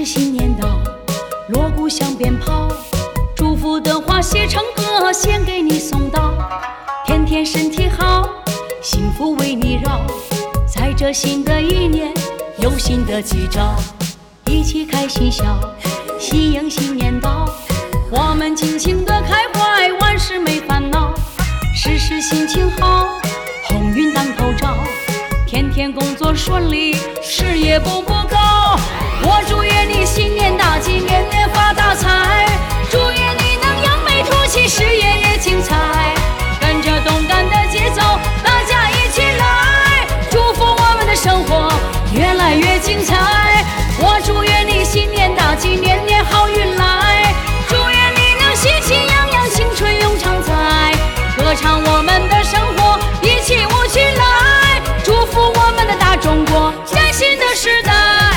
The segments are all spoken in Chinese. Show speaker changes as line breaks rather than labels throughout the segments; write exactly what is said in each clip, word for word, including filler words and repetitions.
是新年到，锣鼓响鞭炮，祝福的话写成歌，献给你送到。天天身体好，幸福为你绕，在这新的一年有新的吉兆，一起开心笑，喜迎新年到。我们尽情的开怀，万事没烦恼，时时心情好，鸿运当头照，天天工作顺利，事业步步高。我祝愿你新年大吉，年年发大财，祝愿你能扬眉吐气，事业也精彩。跟着动感的节奏，大家一起来，祝福我们的生活越来越精彩。我祝愿你新年大吉，年年好运来，祝愿你能喜气洋洋，青春永常在。歌唱我们的生活，一起舞起来，祝福我们的大中国，崭新的时代。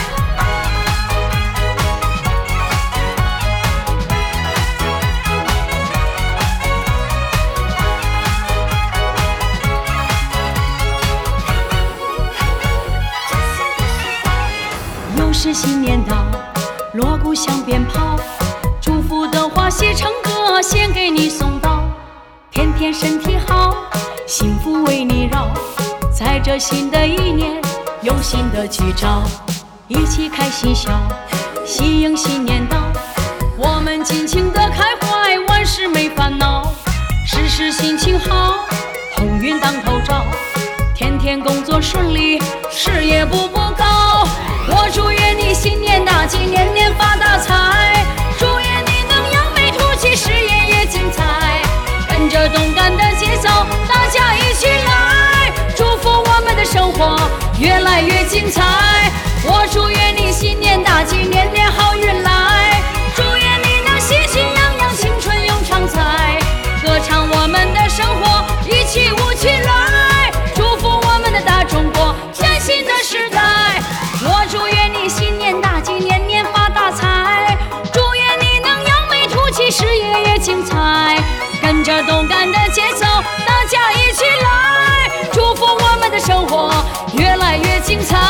又是新年到，锣鼓响鞭炮，祝福的话写成歌，献给你送到。天天身体好，幸福为你绕，在这新的一年有新的吉兆，一起开心笑，喜迎新年到。我们尽情的开怀，万事没烦恼，时时心情好，鸿运当头照，天天工作顺利，事业步步高。我祝愿你新年大吉，年年发大财，祝愿你能扬眉吐气，事业也精彩。跟着动感的节奏，大家一起来，祝福我们的生活越来越精彩。我祝愿你新年大吉，年年好运来，祝愿你能喜气洋洋，青春永常在。歌唱我们的生活，一起舞起来，祝福我们的大中国，崭新的时代。我祝愿你新年大吉，年年发大财，祝愿你能扬眉吐气，事业也精彩。跟着动感的节奏，大家一起来，祝福我们的生活越来越精彩。